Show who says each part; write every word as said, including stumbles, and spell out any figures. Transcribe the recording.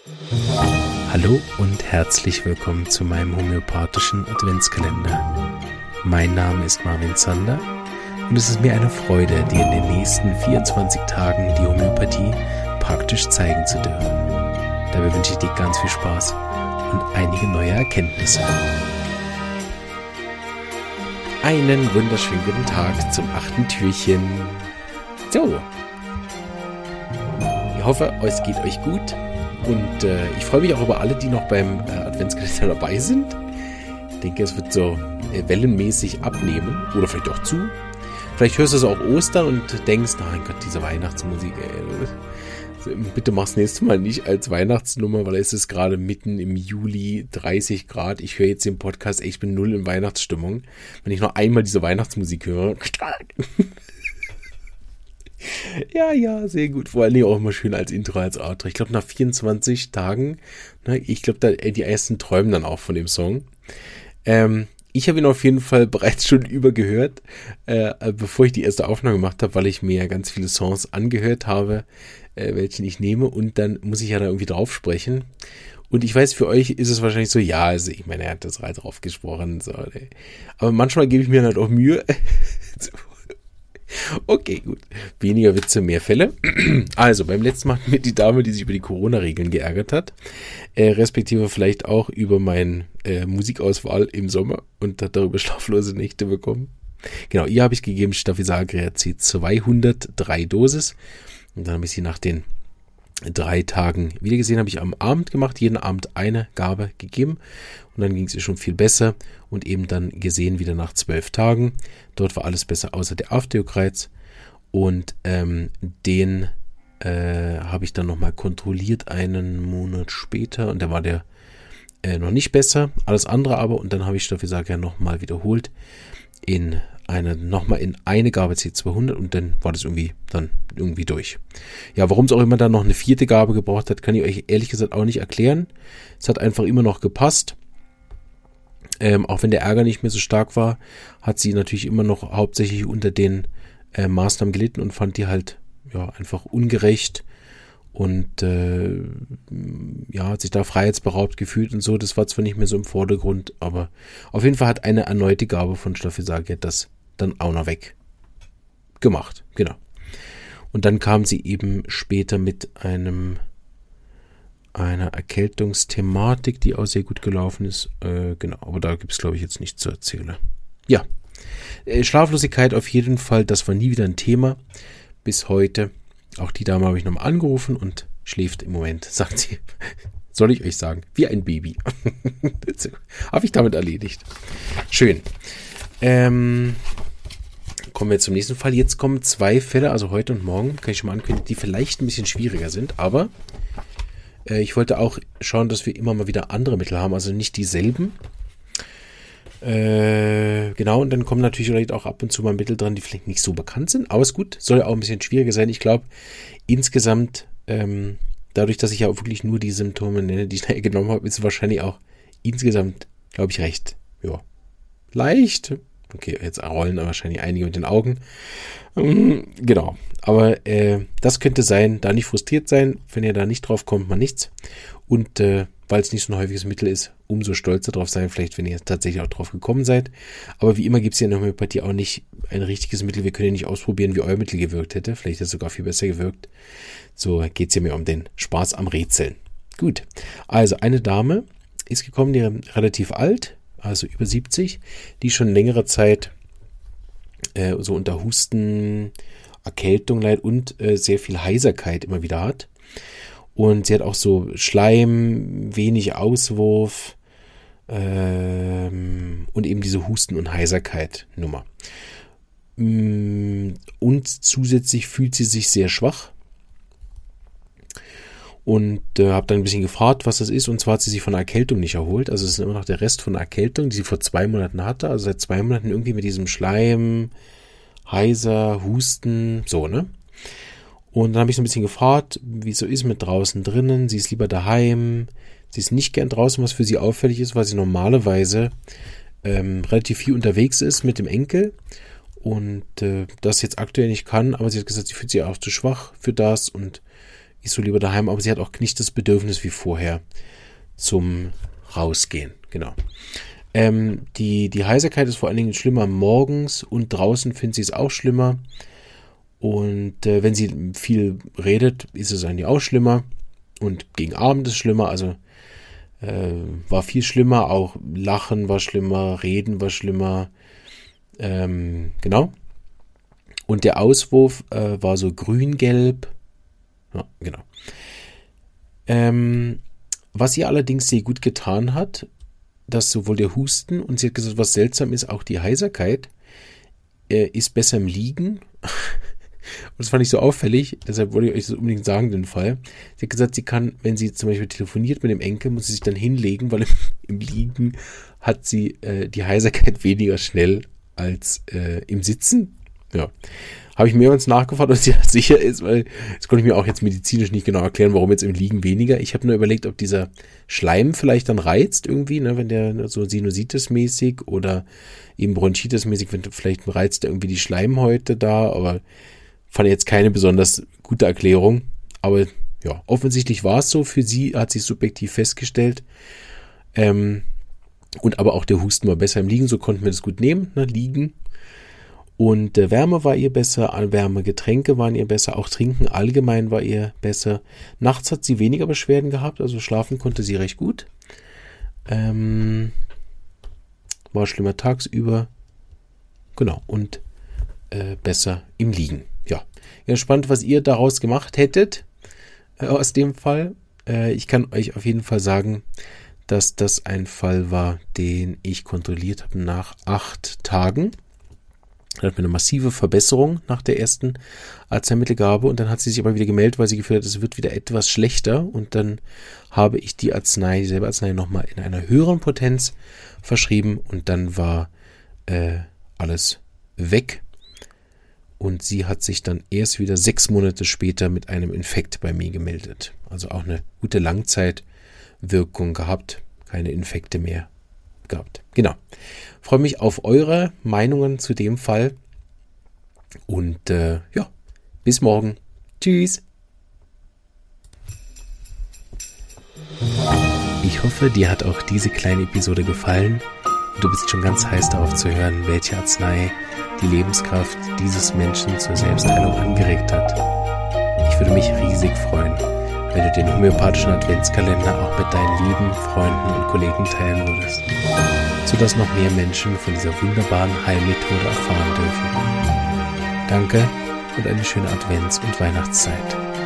Speaker 1: Hallo und herzlich willkommen zu meinem homöopathischen Adventskalender. Mein Name ist Marvin Zander und es ist mir eine Freude, dir in den nächsten vierundzwanzig Tagen die Homöopathie praktisch zeigen zu dürfen. Dabei wünsche ich dir ganz viel Spaß und einige neue Erkenntnisse. Einen wunderschönen guten Tag zum achten Türchen. So, ich hoffe, es geht euch gut. Und äh, ich freue mich auch über alle, die noch beim äh, Adventskalender dabei sind. Ich denke, es wird so äh, wellenmäßig abnehmen. Oder vielleicht auch zu. Vielleicht hörst du es auch Ostern und denkst, mein Gott, diese Weihnachtsmusik, ey. So, bitte mach's nächstes Mal nicht als Weihnachtsnummer, weil es ist gerade mitten im Juli, dreißig Grad. Ich höre jetzt den Podcast, ey, ich bin null in Weihnachtsstimmung. Wenn ich noch einmal diese Weihnachtsmusik höre. Ja, ja, sehr gut. Vor allem auch immer schön als Intro, als Outro. Ich glaube, nach vierundzwanzig Tagen, ne, ich glaube, da die ersten träumen dann auch von dem Song. Ähm, ich habe ihn auf jeden Fall bereits schon übergehört, äh, bevor ich die erste Aufnahme gemacht habe, weil ich mir ja ganz viele Songs angehört habe, äh, welchen ich nehme. Und dann muss ich ja da irgendwie drauf sprechen. Und ich weiß, für euch ist es wahrscheinlich so, ja, also ich meine, er hat das halt drauf gesprochen. So, ne. Aber manchmal gebe ich mir halt auch Mühe. So. Okay, gut. Weniger Witze, mehr Fälle. Also, beim letzten Mal mit die Dame, die sich über die Corona-Regeln geärgert hat, äh, respektive vielleicht auch über meine äh, Musikauswahl im Sommer und hat darüber schlaflose Nächte bekommen. Genau, ihr habe ich gegeben Staphysagria C zweihundertdrei Dosis und dann habe ich sie nach den drei Tagen wieder gesehen, habe ich am Abend gemacht, jeden Abend eine Gabe gegeben und dann ging es ihr schon viel besser und eben dann gesehen wieder nach zwölf Tagen. Dort war alles besser außer der Osteokreiz und ähm, den äh, habe ich dann nochmal kontrolliert einen Monat später und da war der äh, noch nicht besser, alles andere aber und dann habe ich Staphysagria nochmal wiederholt in eine, nochmal in eine Gabe C zweihundert und dann war das irgendwie dann irgendwie durch. Ja, warum es auch immer dann noch eine vierte Gabe gebraucht hat, kann ich euch ehrlich gesagt auch nicht erklären. Es hat einfach immer noch gepasst. Ähm, auch wenn der Ärger nicht mehr so stark war, hat sie natürlich immer noch hauptsächlich unter den äh, Maßnahmen gelitten und fand die halt ja einfach ungerecht und äh, ja, hat sich da freiheitsberaubt gefühlt und so. Das war zwar nicht mehr so im Vordergrund, aber auf jeden Fall hat eine erneute Gabe von Staphysagria das dann auch noch weg gemacht. Genau. Und dann kam sie eben später mit einem einer Erkältungsthematik, die auch sehr gut gelaufen ist. Äh, genau, aber da gibt es, glaube ich, jetzt nichts zu erzählen. Ja, äh, Schlaflosigkeit auf jeden Fall, das war nie wieder ein Thema bis heute. Auch die Dame habe ich nochmal angerufen und schläft im Moment, sagt sie. Soll ich euch sagen, wie ein Baby. Habe ich damit erledigt. Schön. Ähm, kommen wir zum nächsten Fall. Jetzt kommen zwei Fälle, also heute und morgen, kann ich schon mal ankündigen, die vielleicht ein bisschen schwieriger sind, aber äh, ich wollte auch schauen, dass wir immer mal wieder andere Mittel haben, also nicht dieselben. Äh, genau, und dann kommen natürlich vielleicht auch ab und zu mal Mittel dran, die vielleicht nicht so bekannt sind, aber ist gut, soll ja auch ein bisschen schwieriger sein. Ich glaube, insgesamt, ähm, dadurch, dass ich ja auch wirklich nur die Symptome nenne, die ich da genommen habe, ist es wahrscheinlich auch insgesamt, glaube ich, recht, ja, leicht. Okay, jetzt rollen wahrscheinlich einige mit den Augen. Ähm, genau, aber äh, das könnte sein, da nicht frustriert sein, wenn ihr da nicht drauf kommt, mal nichts. Und äh, weil es nicht so ein häufiges Mittel ist, umso stolzer drauf sein, vielleicht wenn ihr tatsächlich auch drauf gekommen seid. Aber wie immer gibt es ja in der Homöopathie auch nicht ein richtiges Mittel. Wir können ja nicht ausprobieren, wie euer Mittel gewirkt hätte. Vielleicht hat es sogar viel besser gewirkt. So geht es ja mehr um den Spaß am Rätseln. Gut, also eine Dame ist gekommen, die relativ alt, also über siebzig, die schon längere Zeit äh, so unter Husten, Erkältung leidet und äh, sehr viel Heiserkeit immer wieder hat. Und sie hat auch so Schleim, wenig Auswurf ähm, und eben diese Husten- und Heiserkeit-Nummer. Und zusätzlich fühlt sie sich sehr schwach. Und äh, habe dann ein bisschen gefragt, was das ist. Und zwar hat sie sich von der Erkältung nicht erholt. Also es ist immer noch der Rest von der Erkältung, die sie vor zwei Monaten hatte. Also seit zwei Monaten irgendwie mit diesem Schleim, Heiser, Husten, so, ne? Und dann habe ich so ein bisschen gefragt, wie es so ist mit draußen drinnen. Sie ist lieber daheim. Sie ist nicht gern draußen, was für sie auffällig ist, weil sie normalerweise ähm, relativ viel unterwegs ist mit dem Enkel. Und äh, das jetzt aktuell nicht kann. Aber sie hat gesagt, sie fühlt sich auch zu schwach für das und ist so lieber daheim, aber sie hat auch nicht das Bedürfnis wie vorher zum Rausgehen. Genau. Ähm, die, die Heiserkeit ist vor allen Dingen schlimmer morgens und draußen findet sie es auch schlimmer. Und äh, wenn sie viel redet, ist es eigentlich auch schlimmer. Und gegen Abend ist es schlimmer, also äh, war viel schlimmer. Auch Lachen war schlimmer, Reden war schlimmer. Ähm, genau. Und der Auswurf äh, war so grün-gelb. Ja, genau. Ähm, was ihr allerdings sehr gut getan hat, dass sowohl der Husten und sie hat gesagt, was seltsam ist, auch die Heiserkeit äh, ist besser im Liegen. Und das fand ich so auffällig, deshalb wollte ich euch das unbedingt sagen, den Fall. Sie hat gesagt, sie kann, wenn sie zum Beispiel telefoniert mit dem Enkel, muss sie sich dann hinlegen, weil im, im Liegen hat sie äh, die Heiserkeit weniger schnell als äh, im Sitzen. Ja. Habe ich mehrmals nachgefragt, ob sie das sicher ist, weil das konnte ich mir auch jetzt medizinisch nicht genau erklären, warum jetzt im Liegen weniger. Ich habe nur überlegt, ob dieser Schleim vielleicht dann reizt irgendwie, ne, wenn der so Sinusitis-mäßig oder eben Bronchitis-mäßig, wenn vielleicht reizt der irgendwie die Schleimhäute da, aber fand ich jetzt keine besonders gute Erklärung. Aber ja, offensichtlich war es so. Für sie hat sie es subjektiv festgestellt. Ähm, und aber auch der Husten war besser im Liegen, so konnten wir das gut nehmen, ne, liegen. Und äh, Wärme war ihr besser, warme Getränke waren ihr besser, auch Trinken allgemein war ihr besser. Nachts hat sie weniger Beschwerden gehabt, also schlafen konnte sie recht gut. Ähm, war schlimmer tagsüber. Genau, und äh, besser im Liegen. Ja, gespannt, was ihr daraus gemacht hättet äh, aus dem Fall. Äh, ich kann euch auf jeden Fall sagen, dass das ein Fall war, den ich kontrolliert habe nach acht Tagen. Da hat mir eine massive Verbesserung nach der ersten Arzneimittelgabe und dann hat sie sich aber wieder gemeldet, weil sie gefühlt hat, es wird wieder etwas schlechter und dann habe ich die Arznei, dieselbe Arznei nochmal in einer höheren Potenz verschrieben und dann war äh, alles weg und sie hat sich dann erst wieder sechs Monate später mit einem Infekt bei mir gemeldet. Also auch eine gute Langzeitwirkung gehabt, keine Infekte mehr gehabt. Genau. Freue mich auf eure Meinungen zu dem Fall. Und äh, ja, bis morgen. Tschüss. Ich hoffe, dir hat auch diese kleine Episode gefallen. Und du bist schon ganz heiß darauf zu hören, welche Arznei die Lebenskraft dieses Menschen zur Selbstheilung angeregt hat. Ich würde mich riesig freuen, wenn du den homöopathischen Adventskalender auch mit deinen lieben Freunden und Kollegen teilen würdest, sodass noch mehr Menschen von dieser wunderbaren Heilmethode erfahren dürfen. Danke und eine schöne Advents- und Weihnachtszeit.